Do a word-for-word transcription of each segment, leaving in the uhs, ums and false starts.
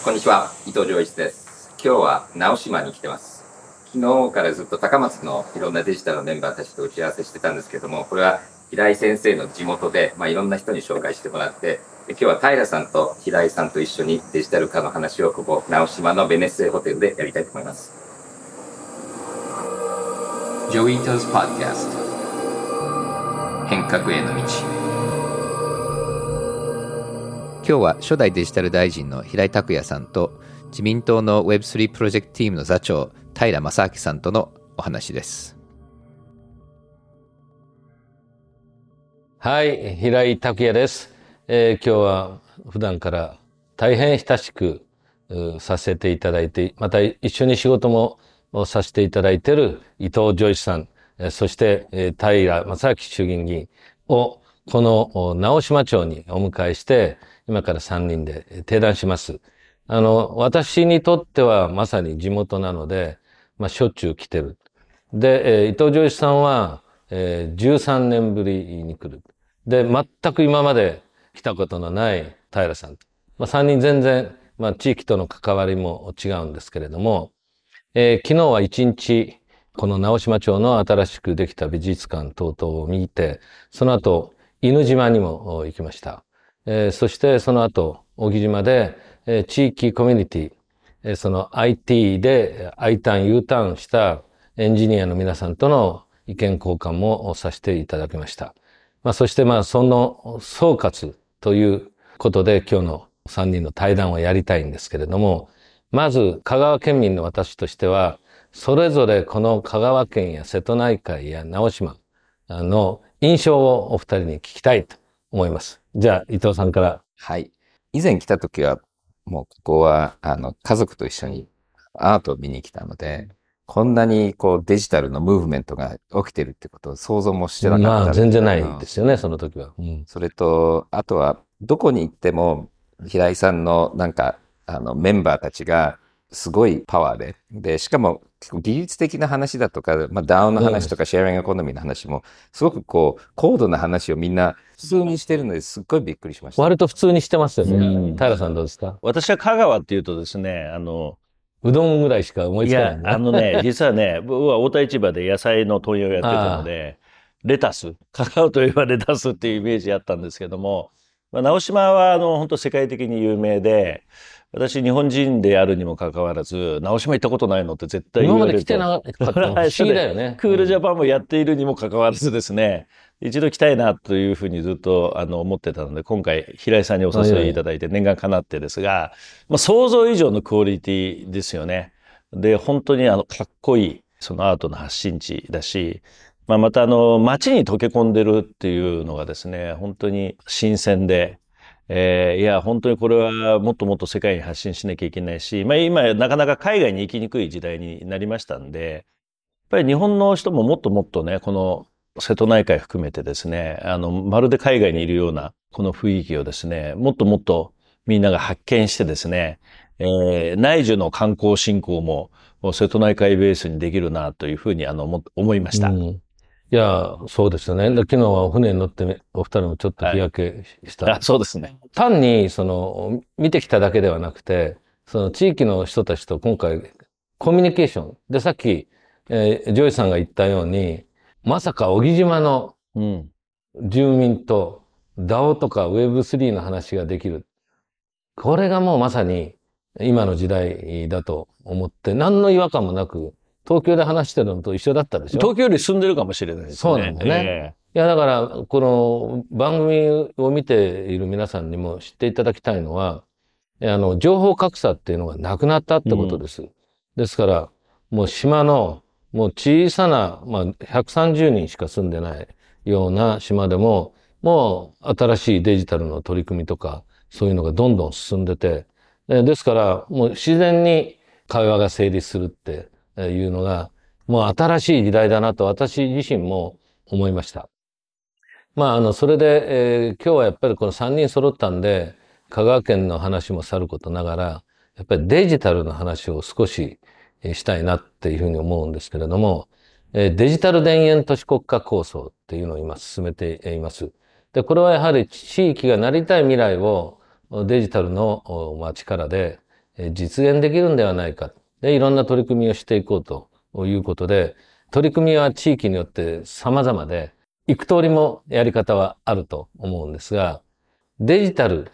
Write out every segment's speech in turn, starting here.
こんにちは、伊藤浄一です。今日は直島に来てます。昨日からずっと高松のいろんなデジタルのメンバーたちと打ち合わせしてたんですけども、これは平井先生の地元で、まあ、いろんな人に紹介してもらって、今日は平さんと平井さんと一緒にデジタル化の話をここ直島のベネッセホテルでやりたいと思います。ジョイトズ・ポッドキャスト、変革への道。今日は初代デジタル大臣の平井卓也さんと自民党の ウェブスリー プロジェクトチームの座長平正明さんとのお話です。 はい、平井卓也です、えー、今日は普段から大変親しくさせていただいて、また一緒に仕事もさせていただいている伊藤浄一さん、そして、えー、平正明衆議院議員をこの直島町にお迎えして今からさんにんで登壇します。あの、私にとってはまさに地元なので、まあ、しょっちゅう来てる。で、えー、伊藤浄一さんは、えー、じゅうさんねんぶりに来る。で、全く今まで来たことのない平さん。まあ、さんにん全然、まあ、地域との関わりも違うんですけれども、えー、昨日は一日、この直島町の新しくできた美術館等々を見て、その後、犬島にも行きました。えー、そしてその後、小木島で、えー、地域コミュニティ、えー、その アイティー で I ターン、U ターンしたエンジニアの皆さんとの意見交換もさせていただきました。まあ、そしてまあ、その総括ということで今日のさんにんの対談をやりたいんですけれども、まず香川県民の私としては、それぞれこの香川県や瀬戸内海や直島の印象をお二人に聞きたいと思います。じゃあ伊藤さんから。 はい。以前来た時はもうここはあの家族と一緒にアートを見に来たので、こんなにこうデジタルのムーブメントが起きてるってことを想像もしてなかった。 まあ全然ないですよね、その時は。 うん、それとあとはどこに行っても平井さんのなんかあのメンバーたちがすごいパワーで、で、しかも結構技術的な話だとか、まあ、ダウンの話とかシェアリングエコノミーの話も、すごくこう、高度な話をみんな普通にしてるのですっごいびっくりしました。 割と普通にしてますよね。平さんどうですか？ 私は香川っていうとですね、あの、 うどんぐらいしか思いつかない、ね。 いや、あのね、実はね、僕は大田市場で野菜の問屋をやってたので、レタス、香川といえばレタスっていうイメージあったんですけども、まあ、直島はあの、本当世界的に有名で、私日本人であるにもかかわらず、直島行ったことないのって絶対言われると。 今まで来てなかったの不思議だよね。 クールジャパンもやっているにもかかわらずですね、一度来たいなというふうにずっとあの思ってたので、今回平井さんにお誘いいただいて念願かなってですが、まあ、想像以上のクオリティですよね。で、本当にあのかっこいいそのアートの発信地だし、まあ、またあの街に溶け込んでるっていうのがですね、本当に新鮮で、えー、いや、本当にこれはもっともっと世界に発信しなきゃいけないし、まあ今なかなか海外に行きにくい時代になりましたんで、やっぱり日本の人ももっともっとね、この瀬戸内海含めてですね、あの、まるで海外にいるようなこの雰囲気をですね、もっともっとみんなが発見してですね、えー、内需の観光振興も瀬戸内海ベースにできるなというふうにあの思いました。 うんいや、そうですよね。昨日は船に乗って、ね、お二人もちょっと日焼けした。 はい、あ、そうですね。 単に、その、見てきただけではなくて、その地域の人たちと今回、コミュニケーション。で、さっき、えー、ジョイさんが言ったように、まさか小木島の住民と ダオ とか ウェブスリー の話ができる。これがもうまさに今の時代だと思って、何の違和感もなく、東京で話してるのと一緒だったでしょ？ 東京より住んでるかもしれないですね。 そうなんだね。えー、いや、だから、この番組を見ている皆さんにも知っていただきたいのは、あの、情報格差っていうのがなくなったってことです。うん、ですから、もう島の、もう小さな、まあ、ひゃくさんじゅうにんしか住んでないような島でも、もう新しいデジタルの取り組みとか、そういうのがどんどん進んでて、ですから、もう自然に会話が成立するっていうのが、もう新しい時代だなと私自身も思いました。まあ、あの、それで、えー、今日はやっぱりこのさんにん揃ったんで、香川県の話もさることながら、やっぱりデジタルの話を少ししたいなっていうふうに思うんですけれども、デジタル田園都市国家構想っていうのを今進めています。で、これはやはり地域がなりたい未来をデジタルの力で実現できるんではないか。で、いろんな取り組みをしていこうということで、取り組みは地域によって様々で、幾通りもやり方はあると思うんですが、デジタル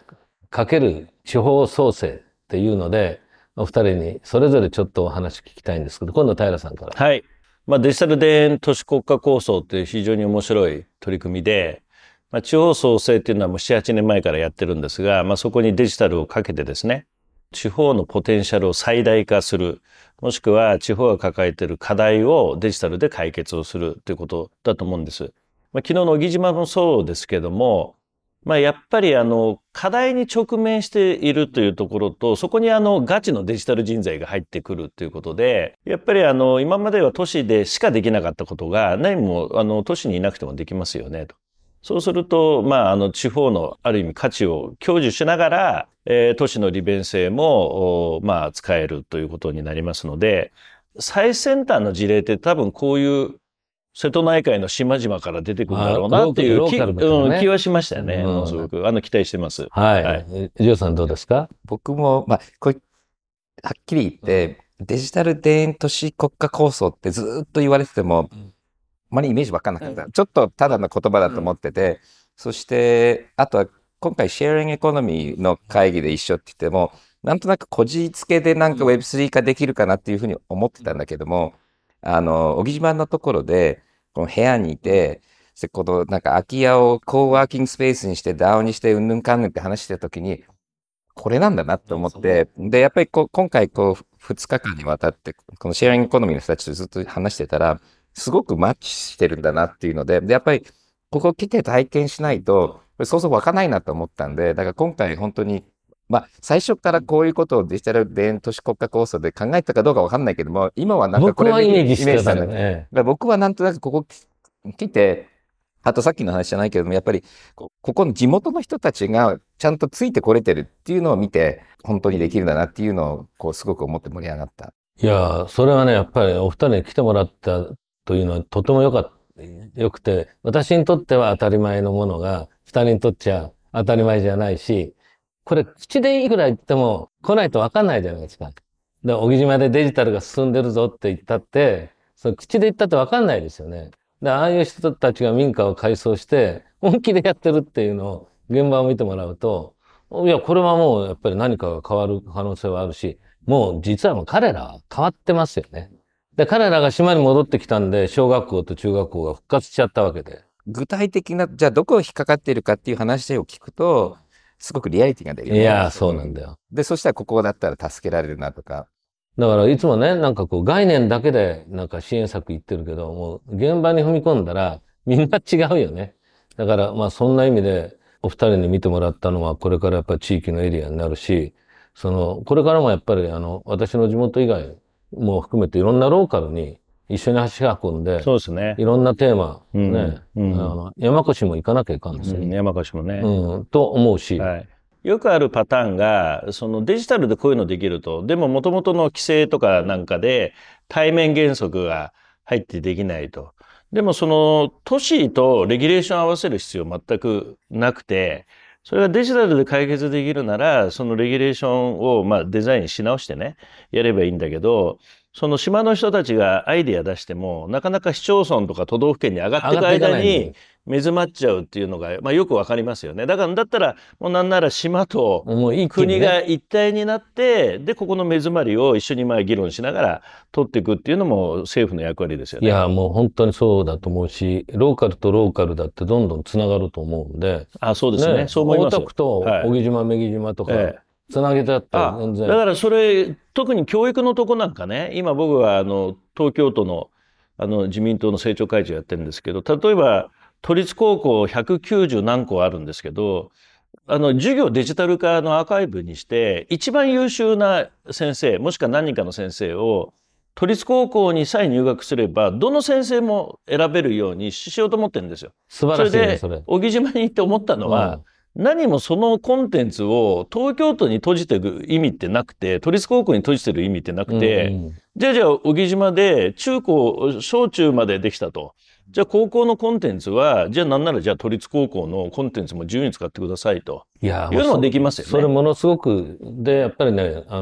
×地方創生っていうので、お二人にそれぞれちょっとお話聞きたいんですけど、今度平さんから。 はい。まあ、デジタル田園都市国家構想っていう非常に面白い取り組みで、まあ、地方創生っていうのはもうなな、はちねんまえからやってるんですが、まあ、そこにデジタルをかけてですね、地方のポテンシャルを最大化する、もしくは地方が抱えている課題をデジタルで解決をするということだと思うんです。まあ、昨日の小木島もそうですけども、まあ、やっぱりあの課題に直面しているというところと、そこにあのガチのデジタル人材が入ってくるということで、やっぱりあの今までは都市でしかできなかったことが何もあの都市にいなくてもできますよねと。そうすると、まあ、あの地方のある意味価値を享受しながら、えー、都市の利便性も、まあ、使えるということになりますので、最先端の事例って多分こういう瀬戸内海の島々から出てくるんだろうなっていう気、ねうん、気はしましたよね。うん、すごくあの期待してます。 はい。はい、ジョーさんどうですか？ 僕もまあこれはっきり言って、うん、デジタル田園都市国家構想ってずっと言われてても、うん、あまりイメージわかんなかった、うん。ちょっとただの言葉だと思ってて、うん、そしてあとは今回シェアリングエコノミーの会議で一緒って言っても、なんとなくこじつけでなんか ウェブスリー 化できるかなっていうふうに思ってたんだけども、あの小木島のところでこの部屋にいて、このなんか空き家をコーワーキングスペースにしてダウンにしてうんぬんかんぬんって話してたときに、これなんだなと思って、で、やっぱりこう今回こうふつかかんにわたって、このシェアリングエコノミーの人たちとずっと話してたら、すごくマッチしてるんだなっていうので、で、やっぱりここ来て体験しないと、そうそう湧かないなと思ったんで、だから今回本当に、まあ、最初からこういうことをデジタル田園都市国家構想で考えたかどうかわかんないけども、今はなんかこれ僕はイメージしてたんだね。 僕はなんとなくここ来て、あとさっきの話じゃないけども、やっぱりここの地元の人たちがちゃんとついてこれてるっていうのを見て、本当にできるんだなっていうのをこうすごく思って盛り上がった。 いや、それはね、やっぱりお二人に来てもらったというのはとてもよかった、よくて、私にとっては当たり前のものが、二人にとっちゃ当たり前じゃないし、これ口でいくら言っても来ないと分かんないじゃないですか。で、小木島でデジタルが進んでるぞって言ったって、その口で言ったって分かんないですよね。で、ああいう人たちが民家を改装して、本気でやってるっていうのを、現場を見てもらうと、いや、これはもうやっぱり何かが変わる可能性はあるし、もう実はもう彼らは変わってますよね。で、彼らが島に戻ってきたんで、小学校と中学校が復活しちゃったわけで。 具体的な、じゃあどこを引っかかっているかっていう話を聞くと、すごくリアリティが出るよね。 いや、そうなんだよ。 で、そしたらここだったら助けられるなとか。 だからいつもね、なんかこう概念だけでなんか支援策言ってるけど、もう現場に踏み込んだらみんな違うよね。だからまあそんな意味でお二人に見てもらったのはこれからやっぱり地域のエリアになるし、その、これからもやっぱりあの、私の地元以外も含めていろんなローカルに一緒に足運んで、 そうですね。 いろんなテーマ、ね、 うんうん、 あの山越も行かなきゃいかんですよね、 うん。山越もね。 うん、と思うし。 はい。よくあるパターンが、そのデジタルでこういうのできると、でも元々の規制とかなんかで対面原則が入ってできないと。でもその都市とレギュレーション合わせる必要全くなくて、それがデジタルで解決できるなら、そのレギュレーションをまあデザインし直してね、やればいいんだけど、その島の人たちがアイデア出しても、なかなか市町村とか都道府県に上がっていく間に目詰まっちゃうっていうのが、まあよくわかりますよね。だから、だったら、もうなんなら島と国が一体になって、で、ここの目詰まりを一緒にまあ議論しながら取っていくっていうのも政府の役割ですよね。 いや、もう本当にそうだと思うし、ローカルとローカルだってどんどんつながると思うんで。 あ、そうですね。ね、そう思います。 大田区と小木島、女木島とか、ええつなげてあったら全然。 だからそれ、特に教育のとこなんかね、今僕はあの、東京都のあの、自民党の政調会長やってるんですけど、例えば、都立高校ひゃくきゅうじゅう何校あるんですけど、あの、授業デジタル化のアーカイブにして、一番優秀な先生、もしくは何人かの先生を、都立高校にさえ入学すれば、どの先生も選べるようにしようと思ってるんですよ。 素晴らしいね、 それで、小木島に行って思ったのは、うん何もそのコンテンツを東京都に閉じてる意味ってなくて、都立高校に閉じてる意味ってなくて、うんうん、じゃあじゃあ小木島で中高、小中までできたと。じゃあ高校のコンテンツは、じゃあなんならじゃあ都立高校のコンテンツも自由に使ってくださいと。いや、いうのもできますよね。 それものすごく、で、やっぱりね、あの、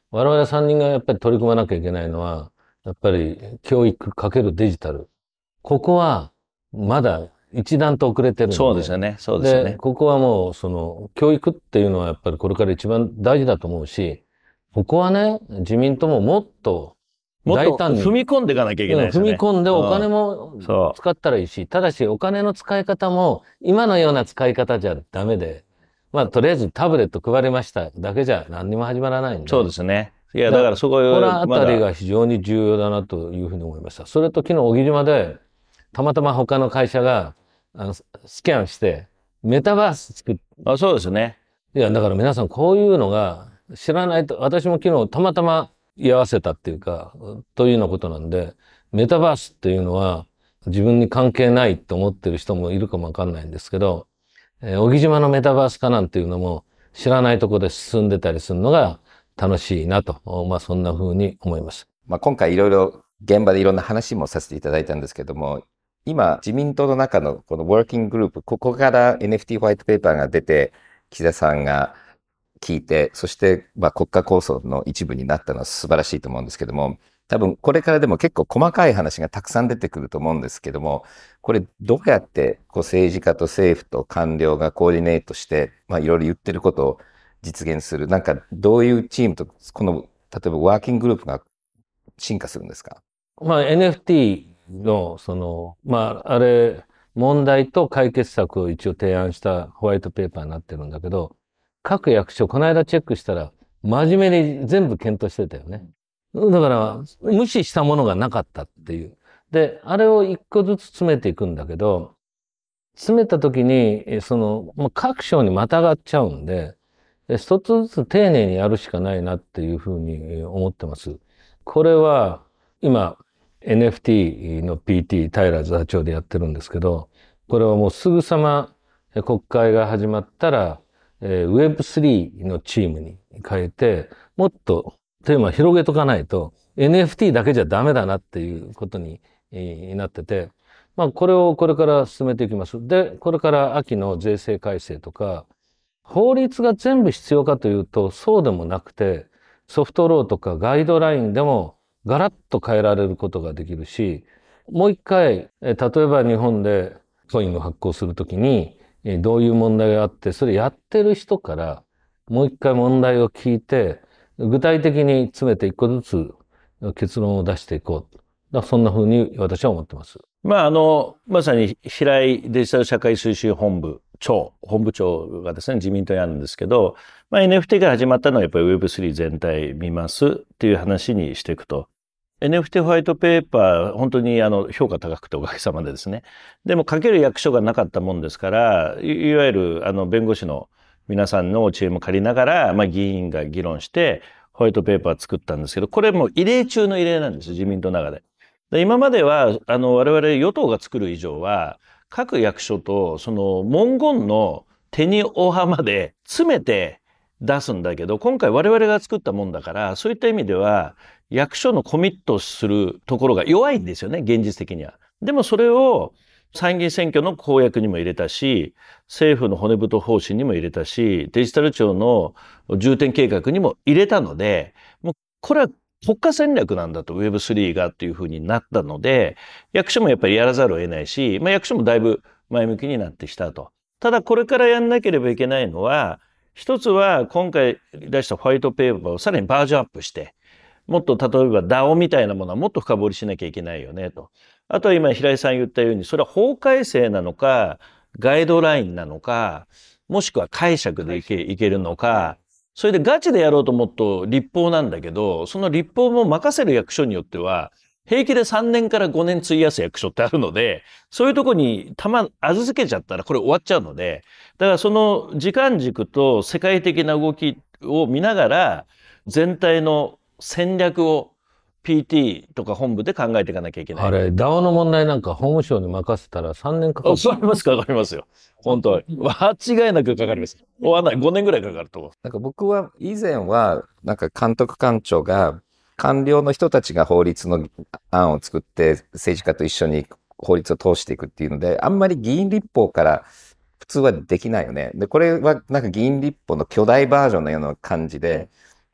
我々さんにんがやっぱり取り組まなきゃいけないのは、やっぱり教育かけるデジタル。ここはまだ一段と遅れてるんで。 そうですよね。そうですよね。 で、ここはもうその教育っていうのはやっぱりこれから一番大事だと思うし、ここはね、自民党ももっと大胆に。 もっと踏み込んでいかなきゃいけないですね。 踏み込んでお金も使ったらいいし、ただしお金の使い方も今のような使い方じゃダメで、まあとりあえずタブレット配りましただけじゃ何にも始まらないんで。 そうですね。いや、だからそここのあたりが非常に重要だなというふうに思いました。それと昨日小木島で、たまたま他の会社があのスキャンして、メタバース作って。 あ、そうですね。 いや、だから皆さんこういうのが知らないと、私も昨日たまたま居合わせたっていうか、というようなことなんで、メタバースっていうのは自分に関係ないと思ってる人もいるかもわかんないんですけど、えー、小木島のメタバース化なんていうのも知らないところで進んでたりするのが楽しいなと、まあそんな風に思います。 まあ今回いろいろ現場でいろんな話もさせていただいたんですけども、今自民党の中のこのワーキンググループ、ここから エヌエフティー ホワイトペーパーが出て、岸田さんが聞いて、そしてまあ国家構想の一部になったのは素晴らしいと思うんですけども、多分これからでも結構細かい話がたくさん出てくると思うんですけども、これどうやってこう政治家と政府と官僚がコーディネートして、まあいろいろ言ってることを実現する。なんかどういうチームと、この例えばワーキンググループが進化するんですか？ まあ エヌエフティー のその、まああれ、問題と解決策を一応提案したホワイトペーパーになってるんだけど、各役所、この間チェックしたら、真面目に全部検討してたよね。だから、無視したものがなかったっていう。で、あれを一個ずつ詰めていくんだけど、詰めた時に、その、まあ、各省にまたがっちゃうんで、一つずつ丁寧にやるしかないなっていうふうに思ってます。これは、今、エヌエフティー の ピーティー、平座長でやってるんですけど、これはもうすぐさま国会が始まったら、えー、ウェブスリー のチームに変えて、もっとテーマを広げとかないと エヌエフティー だけじゃダメだなっていうことに、えー、なってて、まあこれをこれから進めていきます。で、これから秋の税制改正とか、法律が全部必要かというとそうでもなくて、ソフトローとかガイドラインでもガラッと変えられることができるし、もう一回、例えば日本でコインを発行するときに、どういう問題があって、それやってる人からもう一回問題を聞いて、具体的に詰めて一個ずつ結論を出していこう。だそんな風に私は思ってます。 まあ、あの、まさに平井デジタル社会推進本部長、本部長がですね、自民党にあるんですけど、まあ、エヌエフティー から始まったのはやっぱり ウェブスリー 全体見ますっていう話にしていくと。エヌエフティー ホワイトペーパー、本当にあの評価高くておかげさまでですね。でも書ける役所がなかったもんですから、い, いわゆるあの弁護士の皆さんの知恵も借りながら、まあ、議員が議論してホワイトペーパー作ったんですけど、これも異例中の異例なんです、自民党の中で。で今まではあの我々与党が作る以上は、各役所とその文言の手におはまで詰めて出すんだけど、今回我々が作ったもんだから、そういった意味では役所のコミットするところが弱いんですよね、現実的には。でもそれを参議院選挙の公約にも入れたし、政府の骨太方針にも入れたし、デジタル庁の重点計画にも入れたので、もうこれは国家戦略なんだと ウェブスリー がっていうふうになったので、役所もやっぱりやらざるを得ないし、まあ、役所もだいぶ前向きになってきたと。ただこれからやんなければいけないのは、一つは今回出したホワイトペーパーをさらにバージョンアップして、もっと例えば ダオ みたいなものはもっと深掘りしなきゃいけないよねと。あとは今平井さん言ったように、それは法改正なのか、ガイドラインなのか、もしくは解釈でいけ、いけるのか、それでガチでやろうと思うと立法なんだけど、その立法も任せる役所によっては、平気でさんねんからごねん費やす役所ってあるので、そういうとこにたま預けちゃったらこれ終わっちゃうので、だからその時間軸と世界的な動きを見ながら、全体の戦略を ピーティー とか本部で考えていかなきゃいけない。 あれ、ダオ の問題なんか法務省に任せたらさんねんかかる。 かかりますかかりますよ。本当は。間違いなくかかります。終わらない。ごねんぐらいかかると思う。 なんか僕は以前は、なんか監督官庁が、官僚の人たちが法律の案を作って政治家と一緒に法律を通していくっていうので、あんまり議員立法から普通はできないよね。で、これはなんか議員立法の巨大バージョンのような感じで、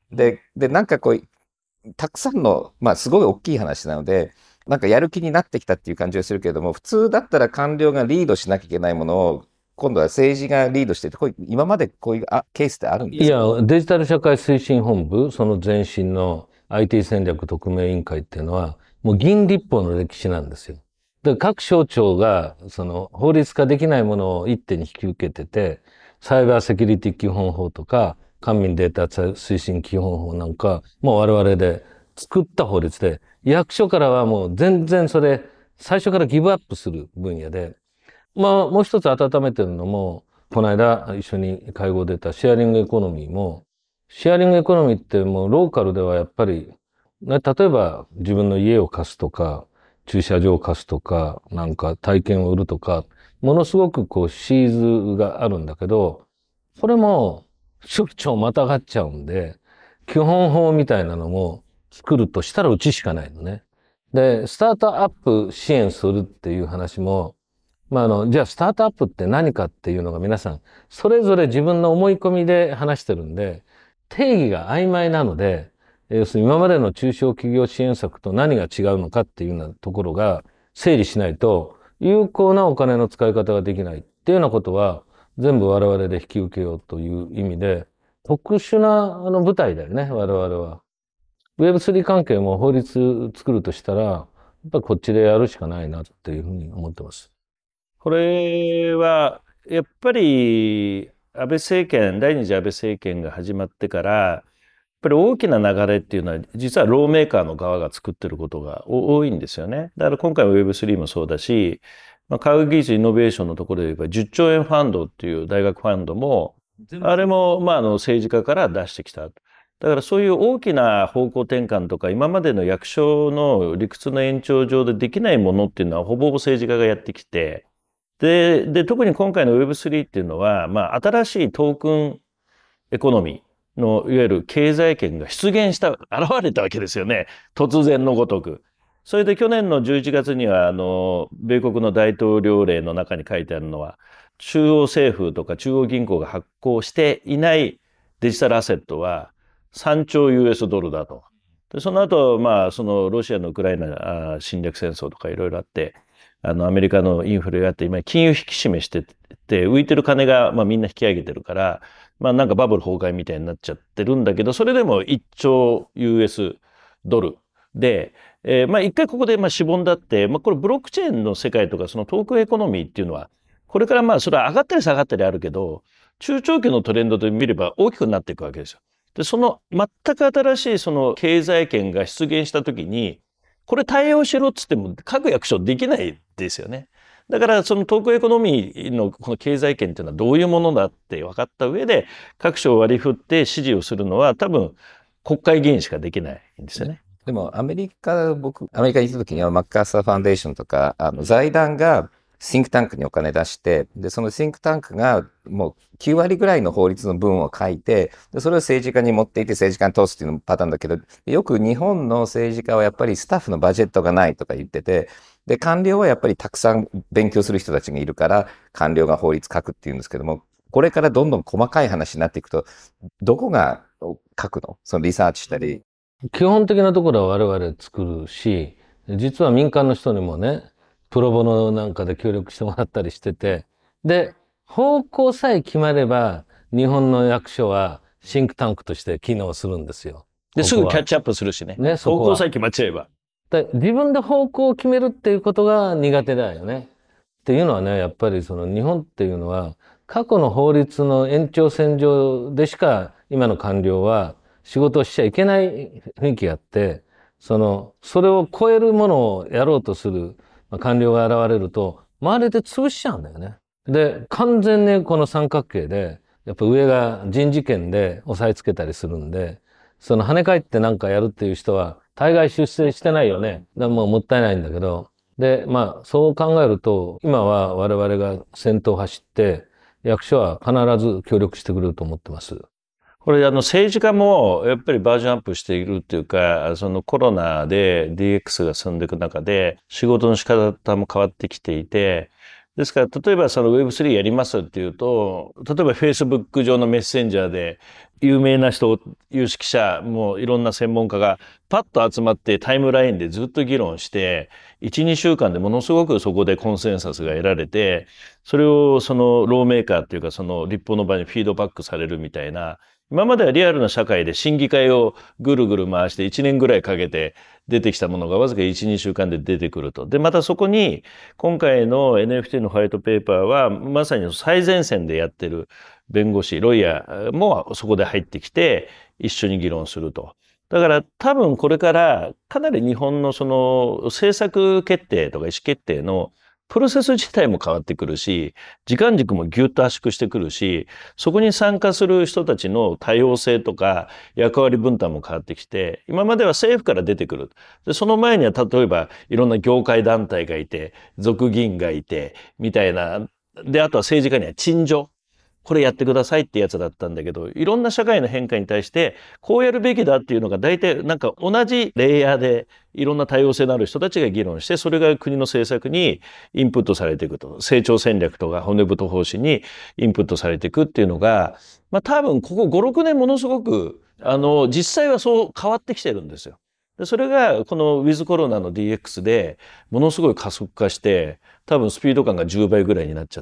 で、で、なんかこう、たくさんの、まあすごい大きい話なので、なんかやる気になってきたっていう感じがするけれども、普通だったら官僚がリードしなきゃいけないものを、今度は政治がリードしてて、こういう今までこういうあケースってあるんですか？ いや、デジタル社会推進本部、その前身の アイティー 戦略特命委員会っていうのは、もう議員立法の歴史なんですよ。で、各省庁が、その法律化できないものを一手に引き受けてて、サイバーセキュリティ基本法とか、官民データ推進基本法なんか、もう我々で作った法律で、役所からはもう全然それ、最初からギブアップする分野で、まあ、もう一つ温めてるのも、この間一緒に会合出たシェアリングエコノミーも、シェアリングエコノミーってもうローカルではやっぱり、ね、例えば自分の家を貸すとか、駐車場を貸すとか、なんか体験を売るとか、ものすごくこうシーズがあるんだけど、それも省庁またがっちゃうんで、基本法みたいなのも作るとしたらうちしかないのね。で、スタートアップ支援するっていう話も、まあ、あの、じゃあスタートアップって何かっていうのが皆さん、それぞれ自分の思い込みで話してるんで、定義が曖昧なので、要するに今までの中小企業支援策と何が違うのかっていうようなところが整理しないと、有効なお金の使い方ができないっていうようなことは、全部我々で引き受けようという意味で、特殊なあの舞台だよね、我々は。ウェブスリー 関係も法律作るとしたら、やっぱりこっちでやるしかないなっていうふうに思ってます。 これは、やっぱり、安倍政権、第二次安倍政権が始まってから、やっぱり大きな流れっていうのは、実はローメーカーの側が作ってることが多いんですよね。だから今回は ウェブスリー もそうだし、まあ、科学技術イノベーションのところで言えばじゅっちょうえんファンドっていう大学ファンドも、あれも、まあ、あの政治家から出してきた。だからそういう大きな方向転換とか、今までの役所の理屈の延長上でできないものっていうのは、ほぼほぼ政治家がやってきて、で、で、特に今回の ウェブスリー っていうのは、まあ、新しいトークンエコノミーの、いわゆる経済圏が出現した、現れたわけですよね。突然のごとく。それで去年のじゅういちがつには、あの、米国の大統領令の中に書いてあるのは、中央政府とか中央銀行が発行していないデジタルアセットはさんちょうユーエスドルだと。で、その後、まあ、そのロシアのウクライナ侵略戦争とかいろいろあって、あの、アメリカのインフレがあって、今、金融引き締めしてて、浮いてる金が、まあ、みんな引き上げてるから、まあ、なんかバブル崩壊みたいになっちゃってるんだけど、それでもいっちょうユーエスドルで、えー、まあ、一回ここで、まあ、しぼんだって、まあ、これブロックチェーンの世界とか、そのトークンエコノミーっていうのは、これからまあ、それは上がったり下がったりあるけど、中長期のトレンドで見れば大きくなっていくわけですよ。で、その全く新しいその経済圏が出現したときに、これ対応しろっつっても各役所できないですよね。だからそのトークンエコノミーのこの経済圏っていうのはどういうものだって分かった上で各所を割り振って指示をするのは多分国会議員しかできないんですよね。 でもアメリカ、僕、アメリカに行った時にはマッカーサーファンデーションとか、あの財団がシンクタンクにお金出して、で、そのシンクタンクがもうきゅうわりぐらいの法律の文を書いて、で、それを政治家に持っていて政治家に通すっていうのパターンだけど、よく日本の政治家はやっぱりスタッフのバジェットがないとか言ってて、で、官僚はやっぱりたくさん勉強する人たちがいるから、官僚が法律書くっていうんですけども、これからどんどん細かい話になっていくと、どこが書くの？そのリサーチしたり。 基本的なところは我々作るし、実は民間の人にもね、プロボノなんかで協力してもらったりしてて、で、方向さえ決まれば、日本の役所はシンクタンクとして機能するんですよ。 で、すぐキャッチアップするしね。 ね、そこは方向さえ決まっちゃえば。 で自分で方向を決めるっていうことが苦手だよね。っていうのはね、やっぱりその日本っていうのは、過去の法律の延長線上でしか今の官僚は仕事をしちゃいけない雰囲気があって、その、それを超えるものをやろうとする官僚が現れると、周りで潰しちゃうんだよね。で、完全にこの三角形で、やっぱ上が人事権で押さえつけたりするんで、その跳ね返ってなんかやるっていう人は、大概出世してないよね。だからもうもったいないんだけど、で、まあ、そう考えると、今は我々が先頭を走って、役所は必ず協力してくれると思ってます。 これ、あの、政治家もやっぱりバージョンアップしているっていうか、そのコロナで ディーエックス が進んでいく中で、仕事の仕方も変わってきていて、 ですから、例えばその ウェブスリー やりますっていうと、例えば Facebook 上のメッセンジャーで、有名な人、有識者、もういろんな専門家がパッと集まってタイムラインでずっと議論して、いち、にしゅうかんでものすごくそこでコンセンサスが得られて、それをそのローメーカーっていうかその立法の場にフィードバックされるみたいな、今まではリアルな社会で審議会をぐるぐる回していちねんぐらいかけて出てきたものがわずかいち、にしゅうかんで出てくると。で、またそこに今回の エヌエフティー のホワイトペーパーはまさに最前線でやってる弁護士、ロイヤーもそこで入ってきて一緒に議論すると。だから多分これからかなり日本のその政策決定とか意思決定のプロセス自体も変わってくるし、時間軸もぎゅっと圧縮してくるし、そこに参加する人たちの多様性とか役割分担も変わってきて、今までは政府から出てくる。で、その前には例えばいろんな業界団体がいて、族議員がいて、みたいな。で、あとは政治家には陳情。これやってくださいってやつだったんだけど、いろんな社会の変化に対して、こうやるべきだっていうのが大体なんか同じレイヤーでいろんな多様性のある人たちが議論して、それが国の政策にインプットされていくと。成長戦略とか骨太方針にインプットされていくっていうのが、まあ多分ここご、ろくねんものすごく、あの、実際はそう変わってきてるんですよ。でそれがこのウィズコロナの ディーエックス でものすごい加速化して、多分スピード感がじゅうばいぐらいになっちゃって、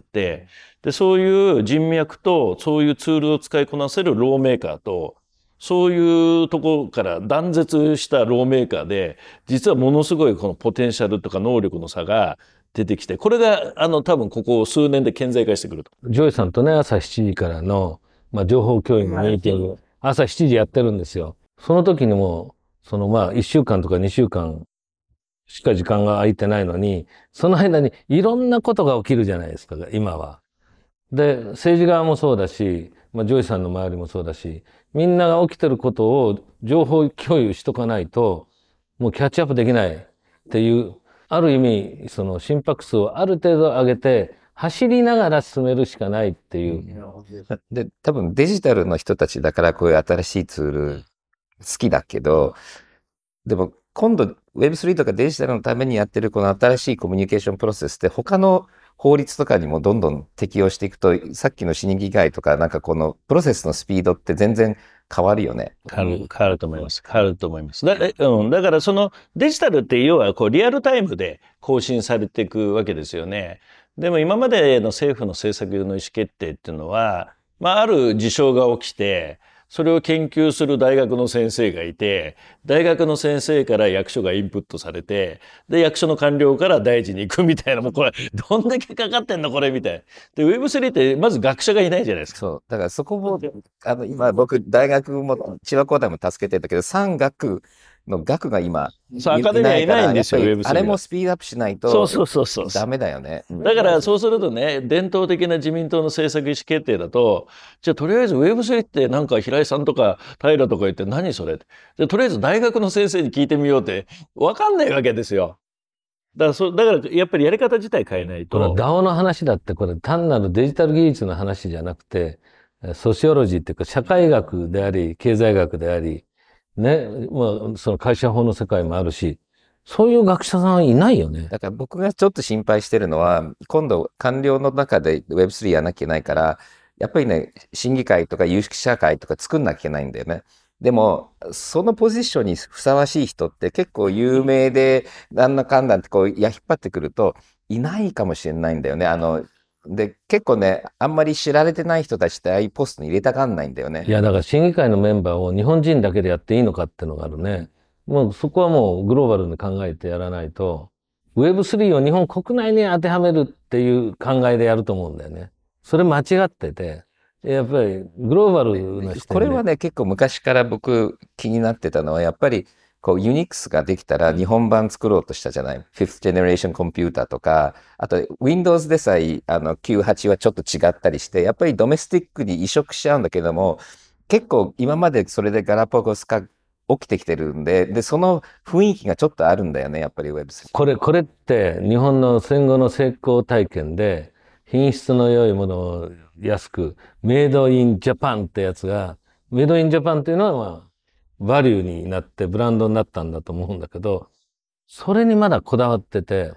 で、そういう人脈とそういうツールを使いこなせるローメーカーと、そういうところから断絶したローメーカーで、実はものすごいこのポテンシャルとか能力の差が出てきて、これがあの多分ここ数年で顕在化してくると。 ジョイさんとね、朝しちじからの、まあ、情報共有のミーティング、朝しちじやってるんですよ。その時にも、そのまあ、いっしゅうかんとかにしゅうかんしか時間が空いてないのに、その間にいろんなことが起きるじゃないですか、今は。で、政治側もそうだし、まあ、ジョイさんの周りもそうだし、みんなが起きてることを情報共有しとかないと、もうキャッチアップできないっていう、ある意味、その心拍数をある程度上げて、走りながら進めるしかないっていう。 で、多分デジタルの人たちだからこういう新しいツール好きだけど、でも今度 ウェブスリー とかデジタルのためにやってるこの新しいコミュニケーションプロセスって他の法律とかにもどんどん適用していくと、さっきの審議会とかなんかこのプロセスのスピードって全然変わるよね。 変わる、変わると思います。変わると思います。だ, うん、だからそのデジタルって要はこうリアルタイムで更新されていくわけですよね。でも今までの政府の政策の意思決定っていうのは、まあある事象が起きて、それを研究する大学の先生がいて、大学の先生から役所がインプットされて、で、役所の官僚から大臣に行くみたいな、もうこれ、どんだけかかってんのこれみたいな。で、ウェブスリー ってまず学者がいないじゃないですか。 そう。だからそこも、あの、今僕、大学も、千葉工大も助けてるんだけど、産学の学が今、 そうアカデミアいないんですよ、ウェブスリー。 あれもスピードアップしないと、 そうそうそうそう。 ダメだよね。 だからそうするとね、伝統的な自民党の政策意思決定だと、じゃあとりあえず ウェブスリー ってなんか平井さんとか平とか言って何それって。じゃあとりあえず大学の先生に聞いてみようって、わかんないわけですよ。だからそ、だからやっぱりやり方自体変えないと。 この ダオ の話だってこれ単なるデジタル技術の話じゃなくて、ソシオロジーっていうか社会学であり、経済学であり、ね、まあその会社法の世界もあるし、そういう学者さんいないよね。 だから僕がちょっと心配してるのは、今度官僚の中で ウェブスリー やらなきゃいけないから、やっぱりね、審議会とか有識者会とか作んなきゃいけないんだよね。でも、そのポジションにふさわしい人って結構有名で、なんだかんだってこう、や引っ張ってくると、いないかもしれないんだよね。あの、で、結構ね、あんまり知られてない人たちってああいうポストに入れたがんないんだよね。 いや、だから審議会のメンバーを日本人だけでやっていいのかってのがあるね。もうそこはもうグローバルに考えてやらないと、ウェブスリー を日本国内に当てはめるっていう考えでやると思うんだよね。それ間違ってて、やっぱりグローバルな視点で。 これはね、結構昔から僕気になってたのは、やっぱりこうユニックスができたら日本版作ろうとしたじゃない。フィフス Generation コンピューターとか、あと Windows でさえあのきゅうじゅうはちはちょっと違ったりして、やっぱりドメスティックに移植しちゃうんだけども、結構今までそれでガラパゴス化起きてきてるんで、で、その雰囲気がちょっとあるんだよね、やっぱり ウェブスリー。 これ、これって日本の戦後の成功体験で、品質の良いものを安く、メイドインジャパンってやつが、メイドインジャパンっていうのは、まあ、バリューになってブランドになったんだと思うんだけど、それにまだこだわってて、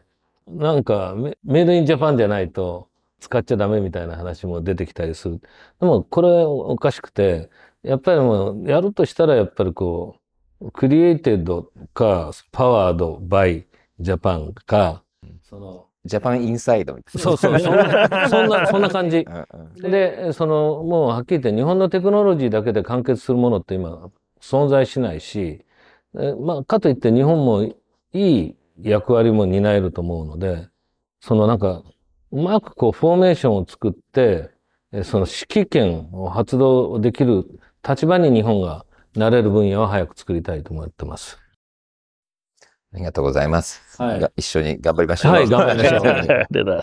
なんかメ、メイドインジャパンじゃないと使っちゃダメみたいな話も出てきたりする。でもこれおかしくて、やっぱりもうやるとしたらやっぱりこう、クリエイテッドか、パワードバイジャパンか、その、 ジャパンインサイドみたいな。 そうそう、そんな、そんな、そんな感じ。 うんうんで、その、もうはっきり言って日本のテクノロジーだけで完結するものって今存在しないし、えまあ、かといって日本もいい役割も担えると思うので、そのなんか、うまくこう、フォーメーションを作って、えその指揮権を発動できる立場に日本がなれる分野は早く作りたいと思ってます。 ありがとうございます。 はいが一緒に頑張りましょう。 はい、頑張りましょう。 ありがとうございます。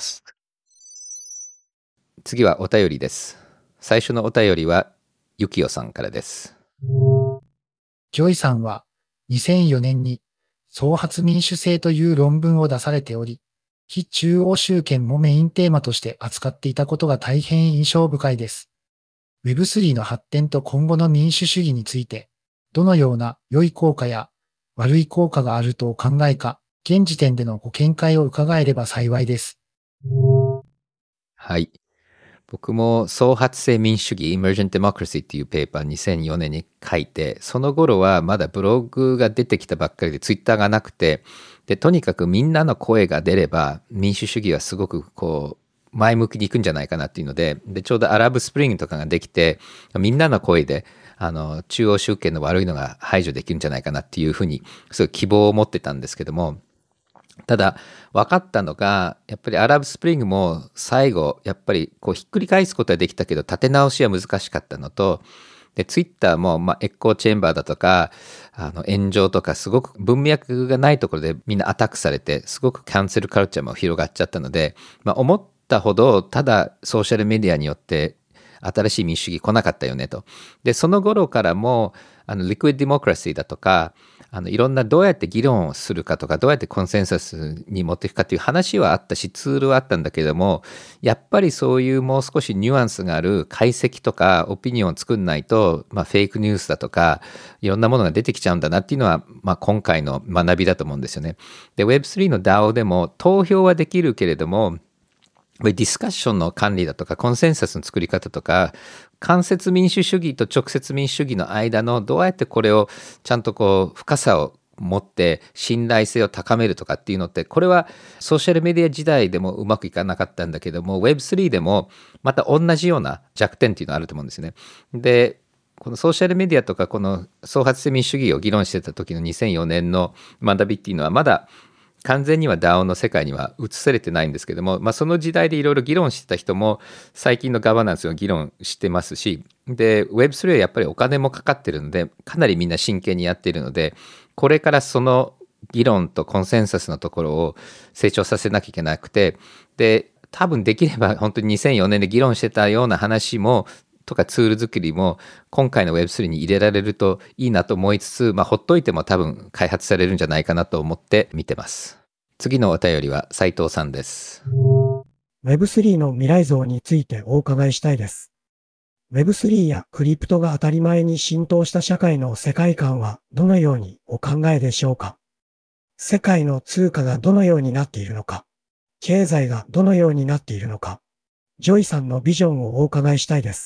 次はお便りです。最初のお便りは、ゆきよさんからです。 ジョイさんはにせんよねんに創発民主制という論文を出されており、非中央集権もメインテーマとして扱っていたことが大変印象深いです。ウェブスリー の発展と今後の民主主義について、どのような良い効果や悪い効果があるとお考えか、現時点でのご見解を伺えれば幸いです。 はい。僕も創発性民主主義 Emergent Democracy っていうペーパーにせんよねんに書いて、その頃はまだブログが出てきたばっかりでツイッターがなくて、でとにかくみんなの声が出れば民主主義はすごくこう前向きにいくんじゃないかなっていうので、でちょうどアラブスプリングとかができて、みんなの声であの中央集権の悪いのが排除できるんじゃないかなっていうふうにすごい希望を持ってたんですけども、ただ分かったのがやっぱりアラブスプリングも最後やっぱりこうひっくり返すことはできたけど立て直しは難しかったのと、でツイッターもまあエッコーチェンバーだとかあの炎上とかすごく文脈がないところでみんなアタックされてすごくキャンセルカルチャーも広がっちゃったので、まあ、思ったほどただソーシャルメディアによって新しい民主主義来なかったよねと。でその頃からもあのリクイッドディモクラシーだとかあのいろんなどうやって議論をするかとかどうやってコンセンサスに持っていくかっていう話はあったしツールはあったんだけれども、やっぱりそういうもう少しニュアンスがある解析とかオピニオンを作んないと、まあ、フェイクニュースだとかいろんなものが出てきちゃうんだなっていうのは、まあ、今回の学びだと思うんですよね。で ウェブスリー の ダオ でも投票はできるけれどもディスカッションの管理だとかコンセンサスの作り方とか間接民主主義と直接民主主義の間のどうやってこれをちゃんとこう深さを持って信頼性を高めるとかっていうのってこれはソーシャルメディア時代でもうまくいかなかったんだけども ウェブスリー でもまた同じような弱点っていうのがあると思うんですよね。でこのソーシャルメディアとかこの創発性民主主義を議論してた時のにせんよねんの学びっていうのはまだ完全には ダオ の世界には移されてないんですけども、まあ、その時代でいろいろ議論してた人も最近のガバナンスを議論してますし、で ウェブスリー はやっぱりお金もかかってるのでかなりみんな真剣にやっているので、これからその議論とコンセンサスのところを成長させなきゃいけなくて、で多分できれば本当ににせんよねんで議論してたような話もとかツール作りも今回の ウェブスリー に入れられるといいなと思いつつ、まあ、ほっといても多分開発されるんじゃないかなと思って見てます。次のお便りは斉藤さんです。 ウェブスリー の未来像についてお伺いしたいです。ウェブスリー やクリプトが当たり前に浸透した社会の世界観はどのようにお考えでしょうか？世界の通貨がどのようになっているのか？経済がどのようになっているのか？ジョイさんのビジョンをお伺いしたいです。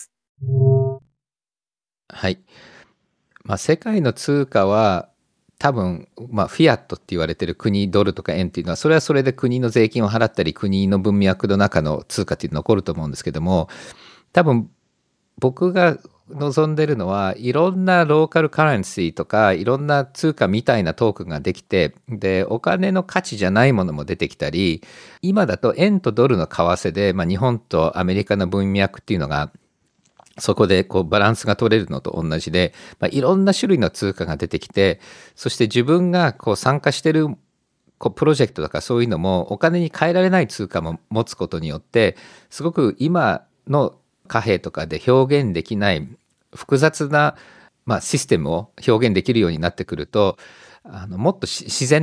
はい。まあ、世界の通貨は多分、まあ、フィアットって言われてる国ドルとか円っていうのはそれはそれで国の税金を払ったり国の文脈の中の通貨っていうのが残ると思うんですけども、多分僕が望んでるのはいろんなローカルカレンシーとかいろんな通貨みたいなトークンができて、でお金の価値じゃないものも出てきたり、今だと円とドルの為替で、まあ、日本とアメリカの文脈っていうのがそこでこうバランスが取れるのと同じで、まあ、いろんな種類の通貨が出てきて、そして自分がこう参加してるこうプロジェクトとかそういうのもお金に換えられない通貨も持つことによってすごく今の貨幣とかで表現できない複雑な、まあ、システムを表現できるようになってくると、あのもっと自然な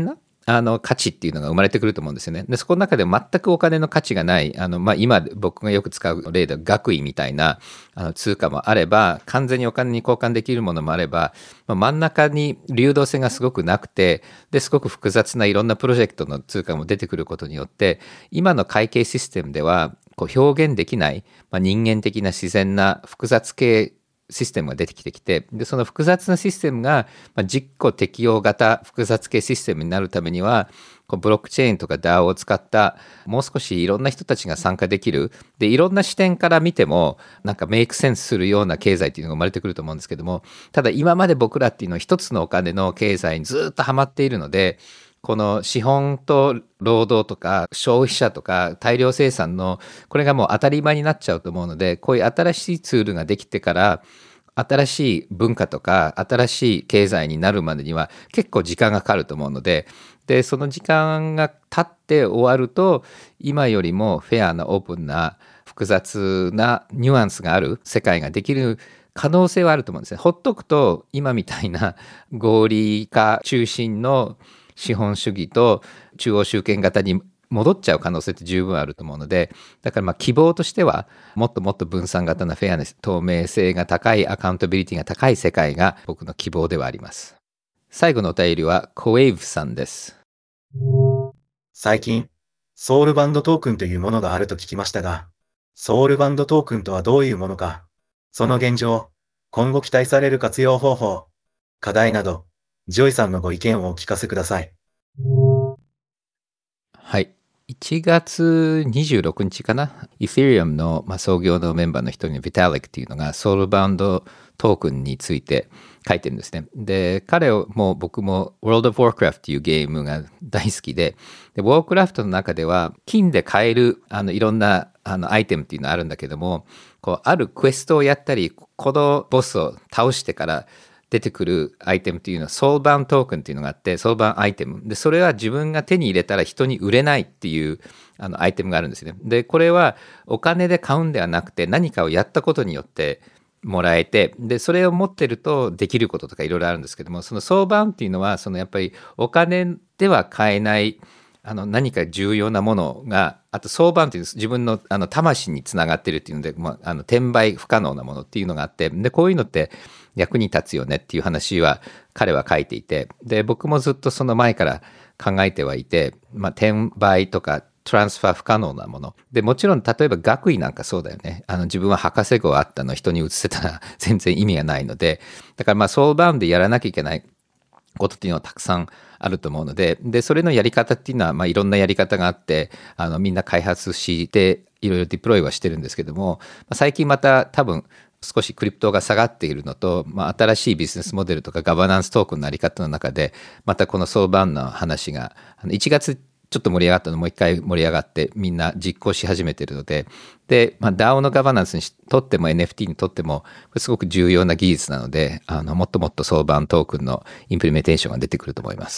あの価値っていうのが生まれてくると思うんですよね。でそこの中で全くお金の価値がないあの、まあ、今僕がよく使う例で学位みたいなあの通貨もあれば、完全にお金に交換できるものもあれば、まあ、真ん中に流動性がすごくなくて、ですごく複雑ないろんなプロジェクトの通貨も出てくることによって、今の会計システムではこう表現できない、まあ、人間的な自然な複雑系システムが出てきてきて、でその複雑なシステムが、まあ、実行適用型複雑系システムになるためには、こうブロックチェーンとか ダオ を使ったもう少しいろんな人たちが参加できる、でいろんな視点から見てもなんかメイクセンスするような経済っていうのが生まれてくると思うんですけども、ただ今まで僕らっていうのは一つのお金の経済にずっとハマっているので、この資本と労働とか消費者とか大量生産のこれがもう当たり前になっちゃうと思うので、こういう新しいツールができてから新しい文化とか新しい経済になるまでには結構時間がかかると思うので、でその時間が経って終わると今よりもフェアなオープンな複雑なニュアンスがある世界ができる可能性はあると思うんですね。ほっとくと今みたいな合理化中心の資本主義と中央集権型に戻っちゃう可能性って十分あると思うので、だからまあ希望としてはもっともっと分散型なフェアネス、透明性が高い、アカウンタビリティが高い世界が僕の希望ではあります。最後のお便りはコウェイブさんです。 最近ソウルバンドトークンというものがあると聞きましたが、ソウルバンドトークンとはどういうものか、その現状、今後期待される活用方法、課題など、ジョイさんのご意見をお聞かせください。 はい。いちがつにじゅうろくにちかな、Ethereum の、まあ、創業のメンバーの一人の Vitalik っていうのがソウルバンドトークンについて書いてるんですね。で、彼も僕も World of Warcraft っていうゲームが大好きで、で Warcraft の中では金で買えるあのいろんなあのアイテムっていうのがあるんだけども、こうあるクエストをやったり、このボスを倒してから出てくるアイテムっていうのはソウルバーントークンっていうのがあって、ソウルバーンアイテムで、それは自分が手に入れたら人に売れないっていうあのアイテムがあるんですね。でこれはお金で買うんではなくて、何かをやったことによってもらえて、でそれを持ってるとできることとかいろいろあるんですけども、そのソウルバーンっていうのはそのやっぱりお金では買えないあの何か重要なものが、あと相場っていう自分のあの魂につながってるっていうので、まあ、あの転売不可能なものっていうのがあって、でこういうのって役に立つよねっていう話は彼は書いていて、で僕もずっとその前から考えてはいて、まあ、転売とかトランスファー不可能なもので、もちろん例えば学位なんかそうだよね。あの自分は博士号あったの人に移せたら全然意味がないので、だからまあソウルバウンでやらなきゃいけないことっていうのはたくさんあると思うので、でそれのやり方っていうのはまあいろんなやり方があって、あのみんな開発していろいろディプロイはしてるんですけども、最近また多分少しクリプトが下がっているのと、まあ、新しいビジネスモデルとかガバナンストークンのあり方の中でまたこの相場の話がいちがつちょっと盛り上がったのもう一回盛り上がってみんな実行し始めているので、で、まあ、ダオ のガバナンスにとっても エヌエフティー にとってもこれすごく重要な技術なので、あのもっともっと相場トークンのインプリメンテーションが出てくると思います。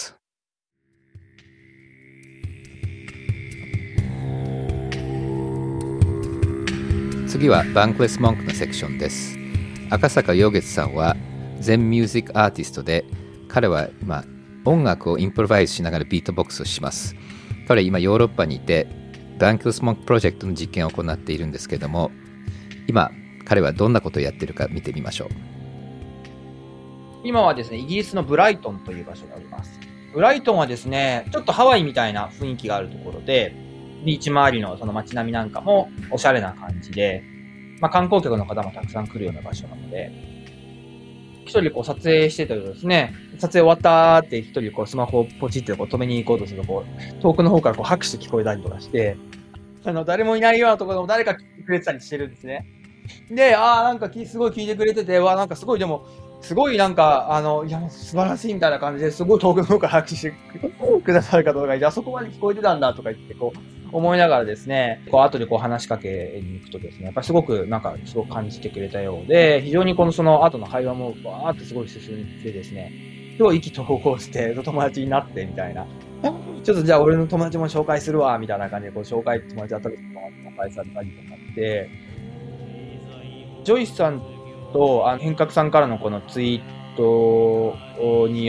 次はバンクレスモンクのセクションです。赤坂陽月さんは全ミュージックアーティストで、彼は今音楽をインプロバイズしながらビートボックスをします。彼は今ヨーロッパにいてバンクレスモンクプロジェクトの実験を行っているんですけども、今彼はどんなことをやっているか見てみましょう。 今はですね、イギリスのブライトンという場所があります。ブライトンはですね、ちょっとハワイみたいな雰囲気があるところで、ビーチ周りのその街並みなんかもおしゃれな感じで、まあ、観光客の方もたくさん来るような場所なので、一人こう撮影してたらですね、撮影終わったって一人こうスマホをポチってこう止めに行こうとすると、こう遠くの方からこう拍手聞こえたりとかして、あの誰もいないようなところでも誰か聞いてくれてたりしてるんですね。で、ああなんかすごい聞いてくれてて、わなんかすごいでもすごいなんかあのいやもう素晴らしいみたいな感じですごい遠くの方から拍手してくださる方がいて、あそこまで聞こえてたんだとか言ってこう。思いながらですね、こう後でこう話しかけに行くとですね、やっぱりすごくなんかすごく感じてくれたようで、非常にこのその後の会話もバーってすごい進んでですね、すごい意気投合して友達になってみたいな、ちょっとじゃあ俺の友達も紹介するわみたいな感じでこう紹介友達当たりとか紹介されたりとかって、ジョイスさんとあの変革さんからのこのツイートによっ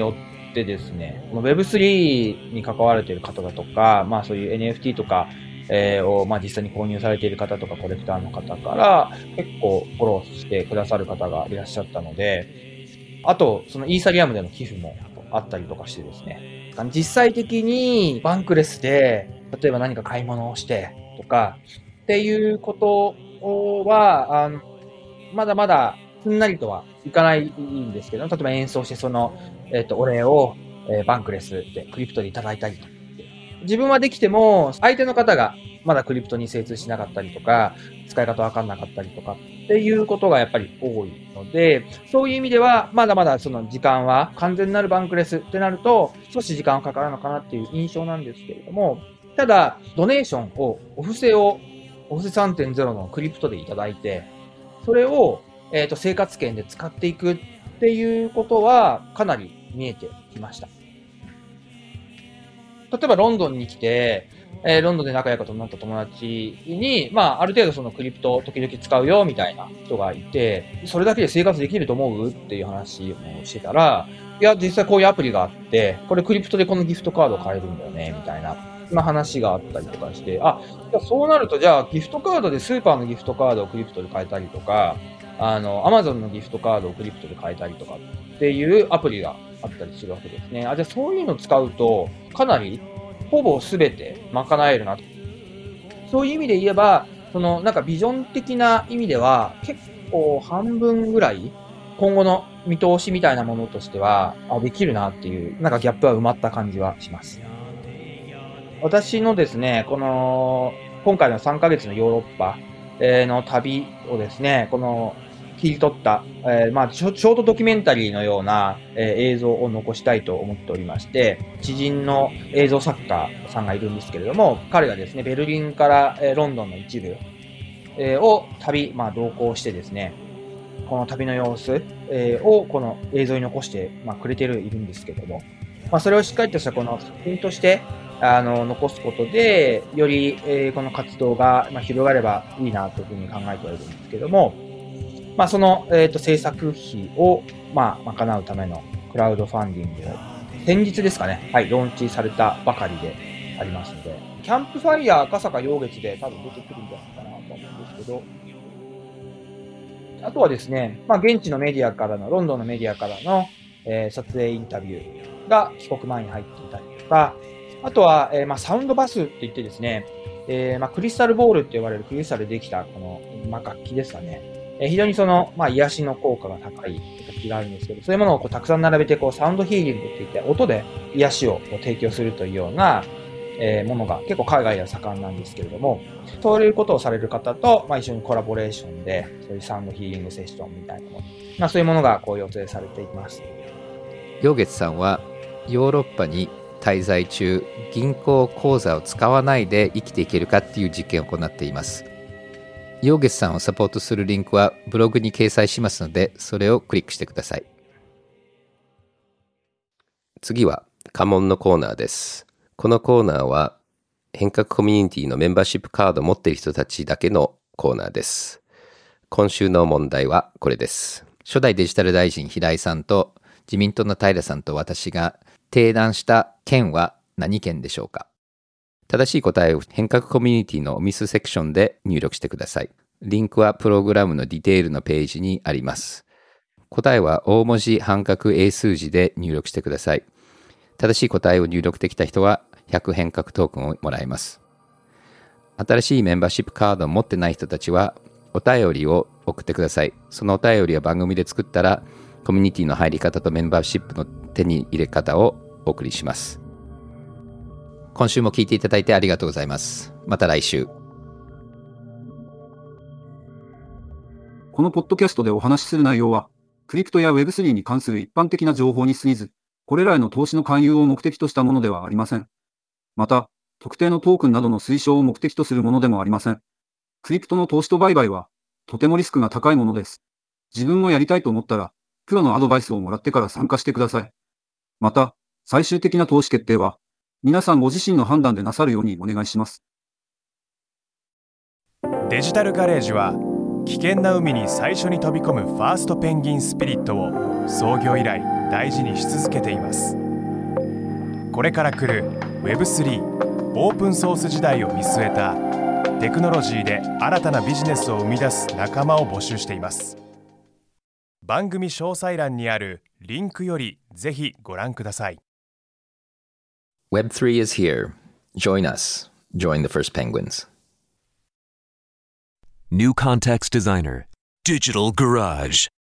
ってですね、ウェブスリー に関われている方だとか、まあそういう エヌエフティー とか、えー、を、まあ実際に購入されている方とかコレクターの方から結構フォローしてくださる方がいらっしゃったので、あと、そのイーサリアムでの寄付もあったりとかしてですね、実際的にバンクレスで、例えば何か買い物をしてとかっていうことは、あの、まだまだすんなりとはいかないんですけど、例えば演奏してその、えっと、お礼を、えー、バンクレスでクリプトでいただいたりとか。自分はできても、相手の方がまだクリプトに精通しなかったりとか、使い方わかんなかったりとかっていうことがやっぱり多いので、そういう意味では、まだまだその時間は完全なるバンクレスってなると、少し時間がかかるのかなっていう印象なんですけれども、ただ、ドネーションを、お布施を、お布施 さんてんゼロ のクリプトでいただいて、それを、えっと、生活圏で使っていくっていうことは、かなり見えてきました。例えばロンドンに来て、えー、ロンドンで仲良いことになった友達に、まあ、ある程度そのクリプトを時々使うよ、みたいな人がいて、それだけで生活できると思うっていう話をしてたら、いや、実際こういうアプリがあって、これクリプトでこのギフトカード買えるんだよね、みたいな、そんな話があったりとかして、あ、じゃあそうなると、じゃあギフトカードでスーパーのギフトカードをクリプトで買えたりとか、あの、アマゾンのギフトカードをクリプトで買えたりとかっていうアプリがあったりするわけですね。あ、じゃあそういうのを使うと、かなり、ほぼ全て賄えるなと。そういう意味で言えば、そのなんかビジョン的な意味では、結構半分ぐらい、今後の見通しみたいなものとしては、あ、できるなっていう、なんかギャップは埋まった感じはします。私のですね、この、今回のさんかげつのヨーロッパの旅をですね、この、切り取った、えー、まあ、ショートドキュメンタリーのような、えー、映像を残したいと思っておりまして、知人の映像作家さんがいるんですけれども、彼がですね、ベルリンから、えー、ロンドンの一部、えー、を旅、まあ、同行してですね、この旅の様子、えー、をこの映像に残して、まあ、くれてるいるんですけども、まあ、それをしっかりとしたこの作品として、あの、残すことで、より、えー、この活動が、まあ、広がればいいなというふうに考えてはいるんですけども、まあ、その、えっと、制作費を、まあ、賄うためのクラウドファンディングを、先日ですかね、はい、ローンチされたばかりでありますので、キャンプファイヤー赤坂陽月で多分出てくるんじゃないかなと思うんですけど、あとはですね、まあ、現地のメディアからの、ロンドンのメディアからの、えー、撮影インタビューが帰国前に入っていたりとか、あとは、えー、まあ、サウンドバスって言ってですね、えー、まあ、クリスタルボールって呼ばれるクリスタルでできた、この、まあ、楽器ですかね。非常にその、まあ、癒しの効果が高い楽器があるんですけど、そういうものをこうたくさん並べて、こう、サウンドヒーリングって言って、音で癒しをこう提供するというような、えー、ものが結構海外では盛んなんですけれども、そういうことをされる方と、まあ、一緒にコラボレーションで、そういうサウンドヒーリングセッションみたいなもの、まあ、そういうものがこう予定されています。 陽月さんは、ヨーロッパに滞在中、銀行口座を使わないで生きていけるかっていう実験を行っています。陽月さんをサポートするリンクはブログに掲載しますので、それをクリックしてください。次は家紋のコーナーです。このコーナーは変革コミュニティのメンバーシップカードを持っている人たちだけのコーナーです。今週の問題はこれです。初代デジタル大臣平井さんと自民党の平さんと私が提案した県は何県でしょうか。正しい答えを変革コミュニティのミスセクションで入力してください。リンクはプログラムのディテールのページにあります。答えは大文字半角英数字で入力してください。正しい答えを入力できた人はひゃく変革トークンをもらえます。新しいメンバーシップカードを持ってない人たちはお便りを送ってください。そのお便りは番組で作ったらコミュニティの入り方とメンバーシップの手に入れ方をお送りします。今週も聞いていただいてありがとうございます。また来週。 このポッドキャストでお話しする内容は、クリプトや ウェブスリー に関する一般的な情報に過ぎず、これらへの投資の勧誘を目的としたものではありません。また、特定のトークンなどの推奨を目的とするものでもありません。クリプトの投資と売買は、とてもリスクが高いものです。自分もやりたいと思ったら、プロのアドバイスをもらってから参加してください。また、最終的な投資決定は、皆さんご自身の判断でなさるようにお願いします。 デジタルガレージは危険な海に最初に飛び込むファーストペンギンスピリットを創業以来大事にし続けています。 これから来る ウェブスリー オープンソース時代を見据えたテクノロジーで新たなビジネスを生み出す仲間を募集しています。番組詳細欄にあるリンクよりぜひご覧ください。 ウェブスリー is here. Join us. Join the first penguins. New Context Designer Digital Garage.